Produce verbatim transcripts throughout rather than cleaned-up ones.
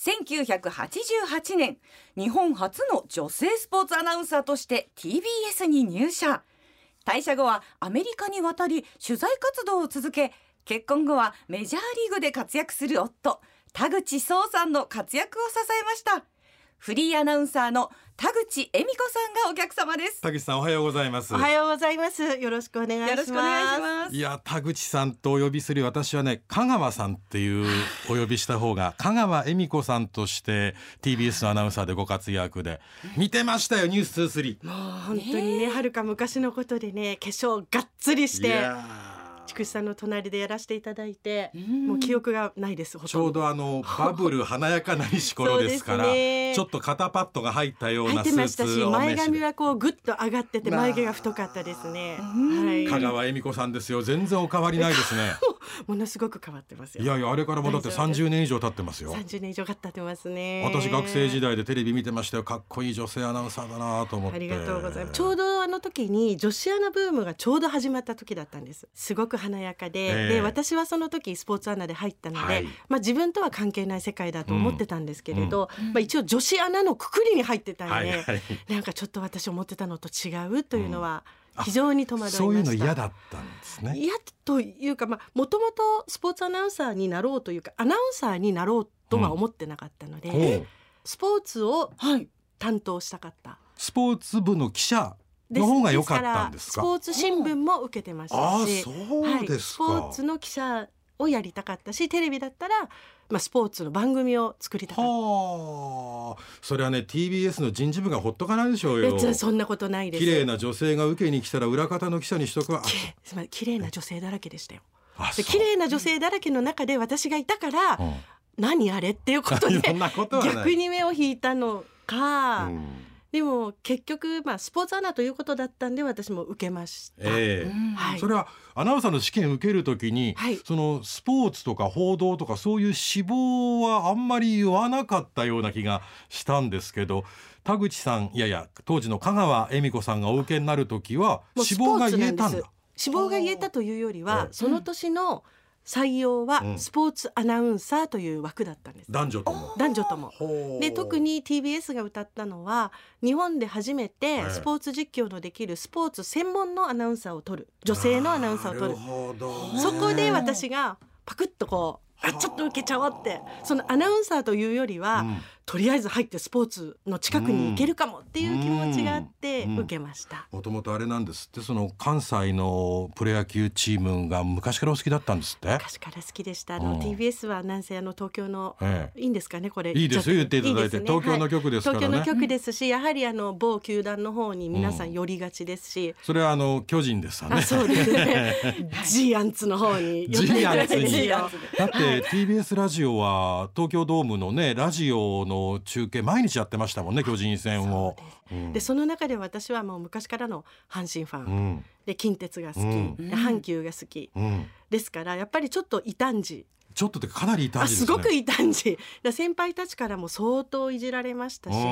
せんきゅうひゃくはちじゅうはちねん、日本初の女性スポーツアナウンサーとして ティービーエス に入社。退社後はアメリカに渡り取材活動を続け、結婚後はメジャーリーグで活躍する夫田口壮さんの活躍を支えました。フリーアナウンサーの田口恵美子さんがお客様です。 田口さん、おはようございます。 おはようございます。よろしくお願いします。 よろしくお願いします。 いや、田口さんとお呼びする私はね、香川さんっていうお呼びした方が香川恵美子さんとして ティービーエス のアナウンサーでご活躍で見てましたよ、ニュースにじゅうさん。 もう本当にね、はるか昔のことでね、化粧がっつりして筑紫さんの隣でやらせていただいて、もう記憶がないです。ほとんどちょうどあのバブル華やかな石頃ですからね、ちょっと肩パッドが入ったようなスーツを前髪はこうグッと上がってて眉毛が太かったですね。はい、 香川恵美子さんですよ。全然お変わりないですね。 ものすごく変わってますよ。 いやいや、あれからもだってさんじゅうねん以上経ってますよ。 さんじゅうねん以上経ってますね。 私学生時代でテレビ見てましたよ。かっこいい女性アナウンサーだなと思って。 ありがとうございます。ちょうどあの時に女子アナブームがちょうど始まった時だったんです。すごく華やかで、えー、で私はその時スポーツアナで入ったので、はい、まあ、自分とは関係ない世界だと思ってたんですけれど、うんうん、まあ、一応女子アナのくくりに入ってたんで、はいはい、なんかちょっと私思ってたのと違うというのは、うん、非常に戸惑いました。 そういうの嫌だったんですね。 嫌というか、もともとスポーツアナウンサーになろうというかアナウンサーになろうとは思ってなかったので、うん、スポーツを担当したかった、はい、 スポーツ部の記者の方が良かったんですか。 スポーツ新聞も受けてましたし、 あ、そうですか、 はい、スポーツの記者をやりたかったし、テレビだったら、まあ、スポーツの番組を作りたかった。 はあ、それはね ティービーエス の人事部がほっとかないでしょうよ。 別にそんなことないです。 綺麗な女性が受けに来たら裏方の記者にしとくわ。 つまり綺麗な女性だらけでしたよ。で綺麗な女性だらけの中で私がいたから、うん、何あれっていうことで逆に目を引いたのか、うん、でも結局、まあ、スポーツアナということだったんで私も受けました、 えーうんはい、それはアナウンサーの試験受けるときに、はい、そのスポーツとか報道とかそういう志望はあんまり言わなかったような気がしたんですけど、田口さん、いやいや当時の香川恵美子さんがお受けになるときは志望が言えたんだ。 志望が言えたというよりは、その年の採用はスポーツアナウンサーという枠だったんです、 うん、男女とも男女ともで、特に ティービーエス が歌ったのは日本で初めてスポーツ実況のできるスポーツ専門のアナウンサーを取る、女性のアナウンサーを取る。そこで私がパクッとこうあちょっと受けちゃおうって、そのアナウンサーというよりは、うん、とりあえず入ってスポーツの近くに行けるかもっていう気持ちがあって受けました。 もともとあれなんですって、その関西のプロ野球チームが昔からお好きだったんですって。 昔から好きでした。あの、うん、ティービーエス はなんせあの東京の、ええ、いいんですかねこれ。 いいですよ言っていただいて、いい、ね、東京の局ですからね、 はい、東京の局ですし、やはりあの某球団の方に皆さん寄りがちですし、うん、 それはあの巨人ですよね。 あ、そうですねジーアンツの方に寄っていただいてジーアンツにだって、はい、ティービーエス ラジオは東京ドームのねラジオの中継毎日やってましたもんね、巨人戦を。 そうです、うん、でその中で私はもう昔からの阪神ファン、うん、で近鉄が好き、うん、で阪急が好き、うん、ですからやっぱりちょっと異端児、 ちょっとってかなり異端児ですね。 すごく異端児だ。先輩たちからも相当いじられましたし、うん、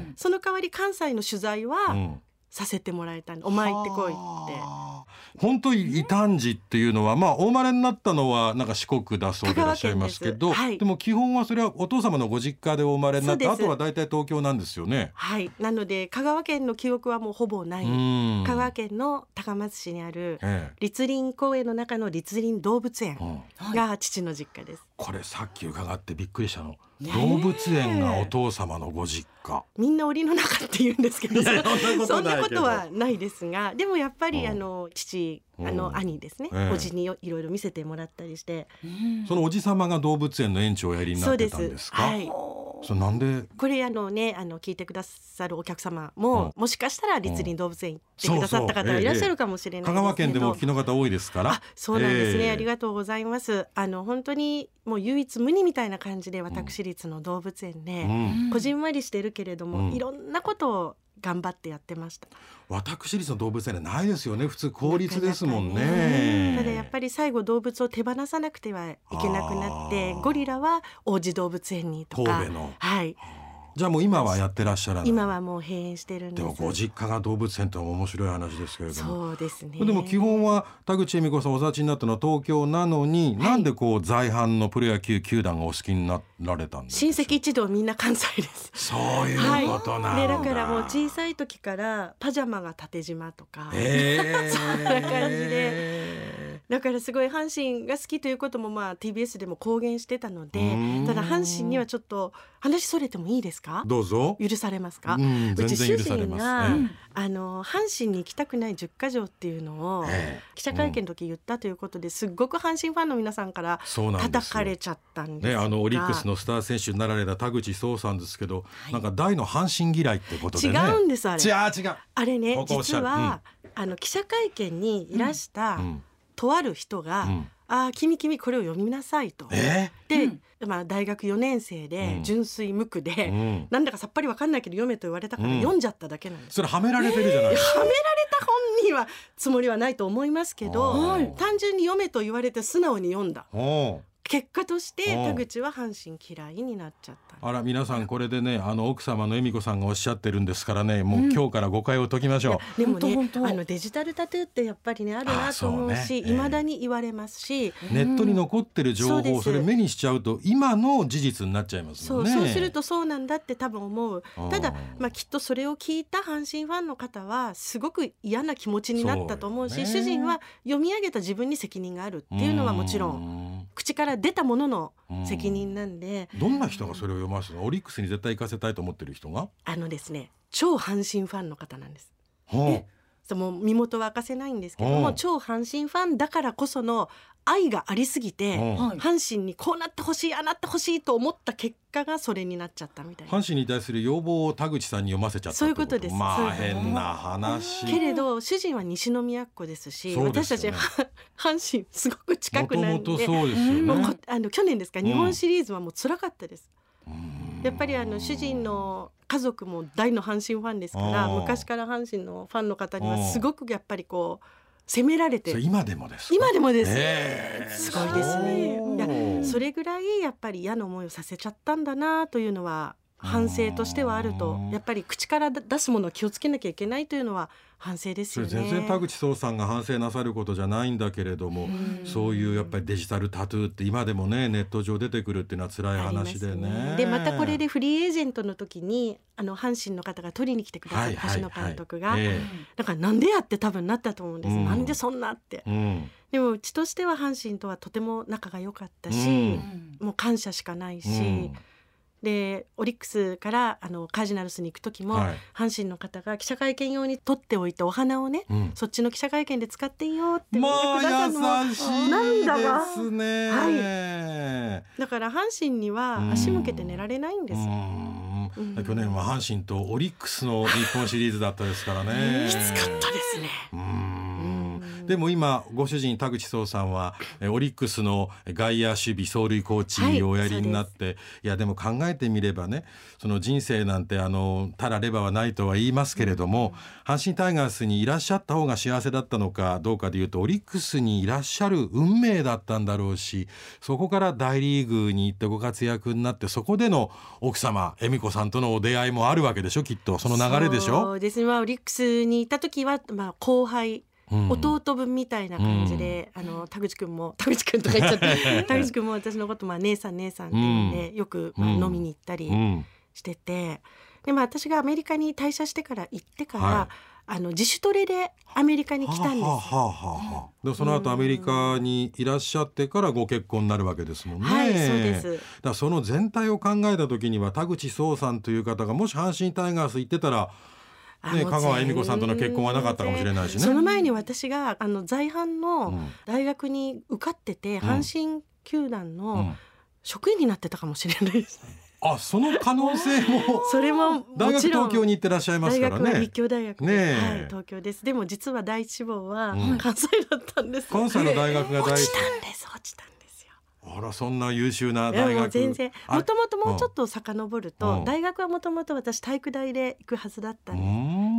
その代わり関西の取材は、うんさせてもらえたんで、お前行ってこいって。 本当に異端児っていうのは、まあお生まれになったのはなんか四国だそうでいらっしゃいますけど、で,、はい、でも基本はそれはお父様のご実家でお生まれになって、あとは大体東京なんですよね。 はい、なので香川県の記憶はもうほぼない。香川県の高松市にある栗林公園の中の栗林動物園が父の実家です、うん、 これさっき伺ってびっくりしたの、動物園がお父様のご実家。 みんな檻の中って言うんですけど、そんなことはないですが、でもやっぱり、うん、あの父あの兄ですね、ええ、おじにいろいろ見せてもらったりして、 うん、そのおじ様が動物園の園長をやりになってたんですか。 そうです、はい、 それなんでこれあの、ね、あの聞いてくださるお客様も、うん、もしかしたら栗林動物園行ってくださった方はいらっしゃるかもしれないですけど、 香川県でもお聞きの方多いですから。 あ、そうなんですね、えー、ありがとうございます。あの本当にもう唯一無二みたいな感じで私立の動物園で、うん、こじんまりしてるけれども、うん、いろんなことを頑張ってやってました。 私立の動物園はないですよね。普通公立ですもんね。 ただやっぱり最後動物を手放さなくてはいけなくなって、ゴリラは王子動物園にとか、 神戸の、 はい、 じゃあもう今はやってらっしゃらない。 今はもう閉園してるんです。 でもご実家が動物園とは面白い話ですけれども。 そうですね。 でも基本は田口恵美子さんお育ちになったのは東京なのに、はい、なんでこう在阪のプロ野球球団がお好きになられたんですか。 親戚一同みんな関西です。 そういうことなんだ、はい、 でだからもう小さい時からパジャマが縦縞とか、 えー、 そんな感じで、だからすごい阪神が好きということもまあ ティービーエス でも公言してたので、ただ阪神にはちょっと話それてもいいですか。 どうぞ。 許されますか。 うん、全然許されます。 うち主人が、えー、あの阪神に行きたくないじゅっかじょうっていうのを、えー、記者会見の時言ったということで、すっごく阪神ファンの皆さんから叩かれちゃったんですが、 ね、あのオリックスのスター選手になられた田口壮さんですけど、はい、なんか大の阪神嫌いってことでね。 違うんです。あれ違う違うあれね、実は、うん、あの記者会見にいらした、うん、とある人が、うん、あ君君これを読みなさいと、 えー、 で、 うんまあ、大学よねんせいで純粋無垢で、うん、なんだかさっぱり分かんないけど読めと言われたから読んじゃっただけなんです、 うん、それはめられてるじゃないですか。 はめられた本人はつもりはないと思いますけど、単純に読めと言われて素直に読んだ結果として田口は阪神嫌いになっちゃった。 あら皆さんこれでね、あの奥様の恵美子さんがおっしゃってるんですからね、もう今日から誤解を解きましょう、うん、でもねあのデジタルタトゥーってやっぱりねあるなと思うし、いまだに言われますし、 ネットに残ってる情報をそれ目にしちゃうと今の事実になっちゃいますもんね。 そう、そうするとそうなんだって多分思う。ただ、まあ、きっとそれを聞いた阪神ファンの方はすごく嫌な気持ちになったと思うし、主人は読み上げた自分に責任があるっていうのはもちろん口から出たものの責任なんで。 どんな人がそれを読ますの？オリックスに絶対行かせたいと思ってる人が、 あのですね、超阪神ファンの方なんです。 はあ、 その身元は明かせないんですけども、はあ、超阪神ファンだからこその愛がありすぎて、はあ、阪神にこうなってほしいああなってほしいと思った結果がそれになっちゃったみたいな。 阪神に対する要望を田口さんに読ませちゃったってこと。 そういうことです。 まあ変な話けれど主人は西宮っ子ですし、そうですよね、私たち阪神すごく近くなんで、 もともとそうですよね、 もうあの去年ですか、日本シリーズはもう辛かったです、うん、やっぱりあの主人の家族も大の阪神ファンですから、昔から阪神のファンの方にはすごくやっぱりこう責められて、 今でもですか？ 今でもです、 えー、 すごいですね。いやそれぐらいやっぱり嫌な思いをさせちゃったんだなというのは反省としてはあると、やっぱり口から出すものを気をつけなきゃいけないというのは反省ですよね。 全然田口壮さんが反省なさることじゃないんだけれども、そういうやっぱりデジタルタトゥーって今でもねネット上出てくるっていうのは辛い話で ね, ねでまたこれでフリーエージェントの時にあの阪神の方が取りに来てくださった、橋野監督が、えー、だからなんでやって多分なったと思うんです、うん、なんでそんなって、うん、でもうちとしては阪神とはとても仲が良かったし、うん、もう感謝しかないし、うんでオリックスからあのカージナルスに行く時も、はい、阪神の方が記者会見用に取っておいたお花をね、うん、そっちの記者会見で使っていいよってまあ優しいですね、 はい、だから阪神には足向けて寝られないんです。 うんうん、去年は阪神とオリックスの日本シリーズだったですからねきつかったですね。 うんでも今ご主人田口壮さんはオリックスの外野守備走塁コーチをおやりになって、はい、いやでも考えてみればね、その人生なんてあのたらればはないとは言いますけれども、うん、阪神タイガースにいらっしゃった方が幸せだったのかどうかでいうと、オリックスにいらっしゃる運命だったんだろうし、そこから大リーグに行ってご活躍になって、そこでの奥様恵美子さんとのお出会いもあるわけでしょ、きっとその流れでしょ。 そうですね、まあ、オリックスにいた時は、まあ、後輩うん、弟分みたいな感じで、うん、あの田口くんも田口くんとか言っちゃって田口くんも私のこと、まあ、姉さん姉さんっていうので、うん、よく、まあ、飲みに行ったりしてて、で、まあ、私がアメリカに退社してから行ってから、はい、あの自主トレでアメリカに来たんです。はあはあはあ、でその後アメリカにいらっしゃってからご結婚になるわけですもんね。 はい、そうです。 だからその全体を考えた時には田口壮さんという方がもし阪神タイガース行ってたらね、香川恵美子さんとの結婚はなかったかもしれないしね。 その前に私があの在阪の大学に受かってて、うん、阪神球団の職員になってたかもしれないです、 うん、あ、その可能性もそれももちろん大学東京に行ってらっしゃいますからね。 大学は立教大学、ね、はい、東京です。でも実は第一志望は関西だったんです、 うん、関西の大学が第一、 落ちたんです落ちたんです。 あら、そんな優秀な大学。 も全然もともともうちょっと遡ると、うん、大学はもともと私体育大で行くはずだったんで、ち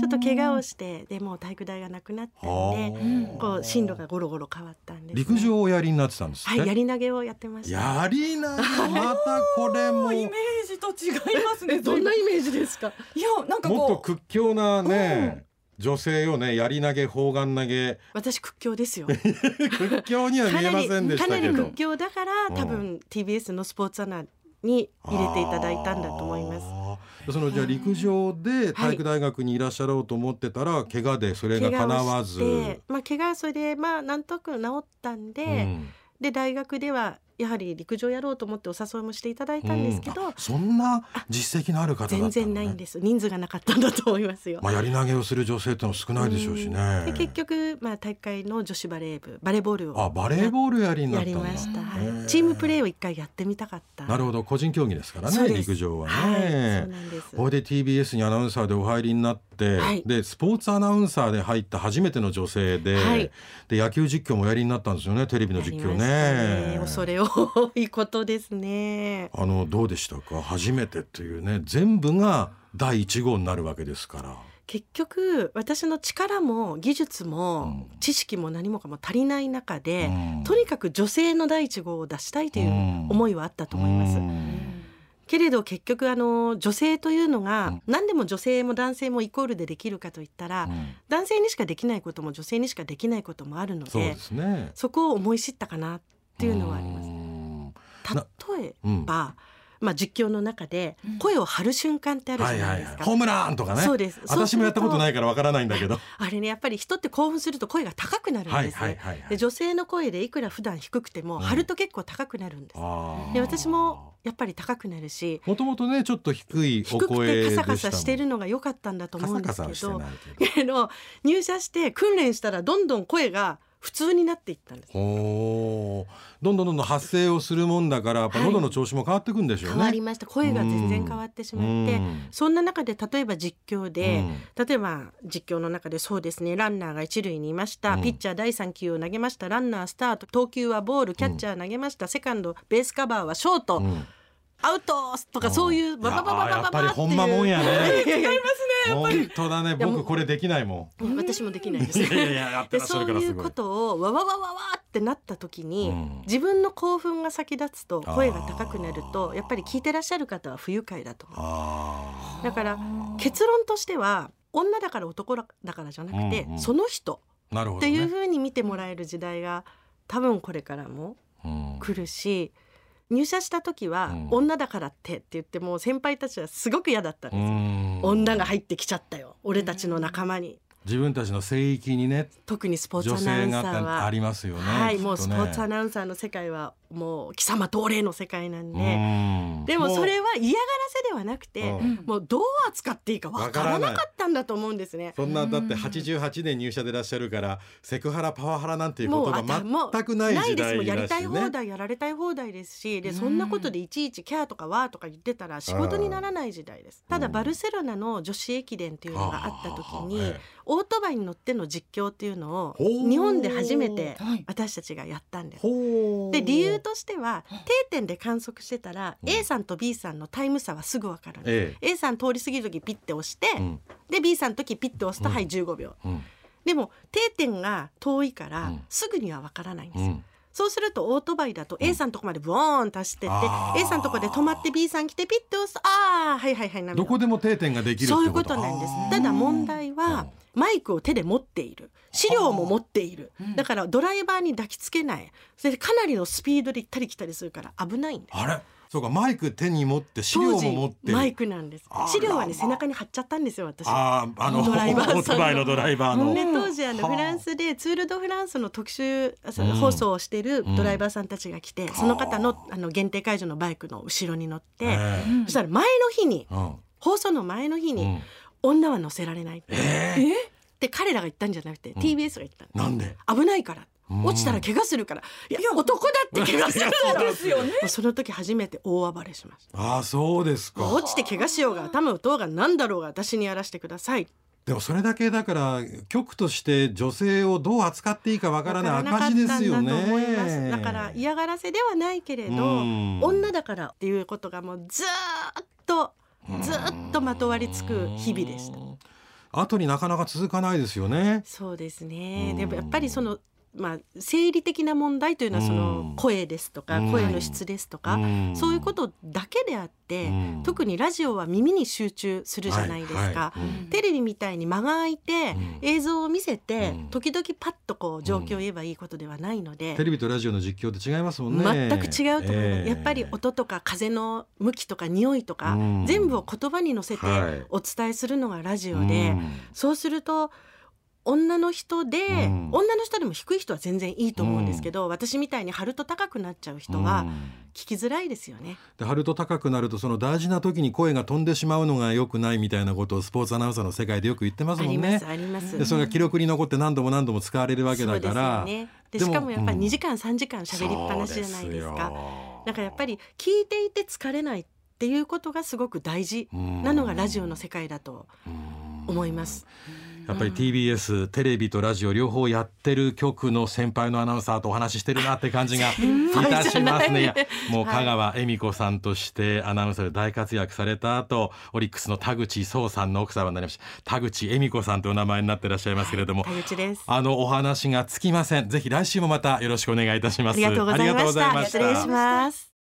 ちょっと怪我をしてでもう体育大がなくなったんでこう進路がゴロゴロ変わったんです、ね、 陸上をおやりになってたんですね。 はい、やり投げをやってました。 やり投げまたこれもイメージと違いますね。 どんなイメージですか。 いやなんかこうもっと屈強なね、女性よね。やり投げ砲丸投げ私屈強ですよ屈強には見えませんでしたけどかなり屈強だから多分 ティービーエス のスポーツアナに入れていただいたんだと思います。 そのじゃあ陸上で体育大学にいらっしゃろうと思ってたら、はい、怪我でそれが叶わず怪我をして、まあ、怪我はそれでまあなんとなく治ったんで、うん、で大学ではやはり陸上やろうと思ってお誘いもしていただいたんですけど、うん、 そんな実績のある方だったのね。 全然ないんです。人数がなかったんだと思いますよ。 まあ、やり投げをする女性ってのも少ないでしょうしね。 で結局、まあ、大会の女子バレー部バレーボールをあバレーボールやりになったんだ。 やりました、はい、チームプレーを一回やってみたかった。 なるほど、個人競技ですからね陸上はね、はい、そうなんです。これで ティービーエス にアナウンサーでお入りになって、はい、でスポーツアナウンサーで入った初めての女性で、はい、で野球実況もおやりになったんですよね。テレビの実況 ね, ね恐れ多いことですね。 あのどうでしたか。初めてというね、全部が第一号になるわけですから。 結局私の力も技術も知識も何もかも足りない中で、うん、とにかく女性の第一号を出したいという思いはあったと思います、うん、けれど結局あの女性というのが、うん、何でも女性も男性もイコールでできるかといったら、うん、男性にしかできないことも女性にしかできないこともあるの で, そうです、ね、そこを思い知ったかなっていうのはあります。例えば、まあ、実況の中で声を張る瞬間ってあるじゃないですか、うんはいはいはい、 ホームランとかね。 そうです。 私もやったことないからわからないんだけどあれね、やっぱり人って興奮すると声が高くなるんですね、はいはいはいはい、で女性の声でいくら普段低くても、うん、張ると結構高くなるんです。で私もやっぱり高くなるし、 もともとねちょっと低いお声でしたもん。 低くてカサカサしてるのが良かったんだと思うんですけど、 カサカサしてないけど入社して訓練したらどんどん声が普通になっていったんです。 おどんどんどんどん発声をするもんだからやっぱ喉の調子も変わってくんでしょうね、 はい、変わりました。声が全然変わってしまってそんな中で例えば実況で例えば実況の中でそうですね、ランナーが一塁にいました、ピッチャーだいさん球を投げました、ランナースタート、投球はボール、キャッチャー投げました、セカンドベースカバーはショート、うんアウトとかそういうバババババババやっぱりほんまもんやね。 違いますねやっぱり。 本当だね、僕これできないもん。私もできないです。いやいやいややってらっしゃるからすごい。そういうことをわわわわわってなった時に、うん、自分の興奮が先立つと声が高くなるとやっぱり聞いてらっしゃる方は不愉快だと思う。だから結論としては女だから男だからじゃなくて、うんうん、その人っていう風に見てもらえる時代が多分これからも来るし、うん入社した時は、うん、女だからってって言っても先輩たちはすごく嫌だったんですよ。女が入ってきちゃったよ俺たちの仲間に。 自分たちの聖域にね、 特にスポーツアナウンサーはありますよね。 はい、もうスポーツアナウンサーの世界はもう貴様同齢の世界なんで、でもそれは嫌がらせではなくて、もうどう扱っていいかわからなかったんだと思うんですね。 そんなだってはちじゅうはちねん入社でいらっしゃるからセクハラパワハラなんていうことが全くない時代だしね。ないです。もうやりたい放題やられたい放題ですし、でそんなことでいちいちキャーとかワーとか言ってたら仕事にならない時代です。ただバルセロナの女子駅伝っていうのがあった時にオートバイに乗っての実況っていうのを日本で初めて私たちがやったんです。で理由としては定点で観測してたら A さんと B さんのタイム差はすぐ分かるんです、ええ、A さん通り過ぎる時ピッて押して、うん、で B さんの時ピッて押すと、うん、はいじゅうごびょう、うん、でも定点が遠いから、うん、すぐには分からないんですよ、うん、そうするとオートバイだと A さんのとこまでブーンと走ってって、うん、A さんのとこで止まって B さん来てピッて押すとあーはいはいはいどこでも定点ができるってこと。 そういうことなんです。ただ問題はマイクを手で持っている、資料も持っている、だからドライバーに抱きつけない、それでかなりのスピードで行ったり来たりするから危ないんです。 あれそうか、マイク手に持って資料も持ってる。 マイクなんです。資料はね背中に貼っちゃったんですよ私。 ああのドライバーオートバイのドライバーの、 ね、当時あのフランスでツール・ド・フランスの特集放送をしているドライバーさんたちが来て、うん、その方のあの限定解除のバイクの後ろに乗って、そしたら前の日に、うん、放送の前の日に、うん、女は乗せられないって、えー、で彼らが言ったんじゃなくて、うん、ティービーエス が言ったんです。 なんで？ 危ないから、落ちたら怪我するから、いや男だって怪我するからですよね。その時初めて大暴れしました。 ああそうですか。 落ちて怪我しようが頭打とうが何だろうが私にやらせてください。 でもそれだけだから局として女性をどう扱っていいかわからない赤字ですよね。 だから嫌がらせではないけれど女だからっていうことがもうずっとずっとまとわりつく日々でした。 後になかなか続かないですよね。 そうですね。でもやっぱりそのまあ、生理的な問題というのはその声ですとか、うん、声の質ですとか、うん、そういうことだけであって、うん、特にラジオは耳に集中するじゃないですか、はいはい、テレビみたいに間が空いて、うん、映像を見せて、うん、時々パッとこう状況を言えばいいことではないので、 うん、テレビとラジオの実況って違いますもんね。 全く違うと思う、えー、やっぱり音とか風の向きとか匂いとか、うん、全部を言葉に乗せてお伝えするのがラジオで、はい、そうすると女の人で、うん、女の人でも低い人は全然いいと思うんですけど、うん、私みたいに張ると高くなっちゃう人は聞きづらいですよね。 で張ると高くなるとその大事な時に声が飛んでしまうのが良くないみたいなことをスポーツアナウンサーの世界でよく言ってますもんね。 ありますあります。 でそれが記録に残って何度も何度も使われるわけだから。 そうですよね。でしかもやっぱりにじかん、うん、さんじかん喋りっぱなしじゃないですか。だからやっぱり聞いていて疲れないっていうことがすごく大事なのがラジオの世界だと思います。 やっぱり ティービーエス、うん、テレビとラジオ両方やってる局の先輩のアナウンサーとお話ししてるなって感じがいたしますね。いやもう香川恵美子さんとしてアナウンサーで大活躍された後、オリックスの田口壮さんの奥様になりました田口恵美子さんというお名前になっていらっしゃいますけれども、 はい、田口です。 あのお話がつきません。ぜひ来週もまたよろしくお願いいたします。 ありがとうございました。失礼します。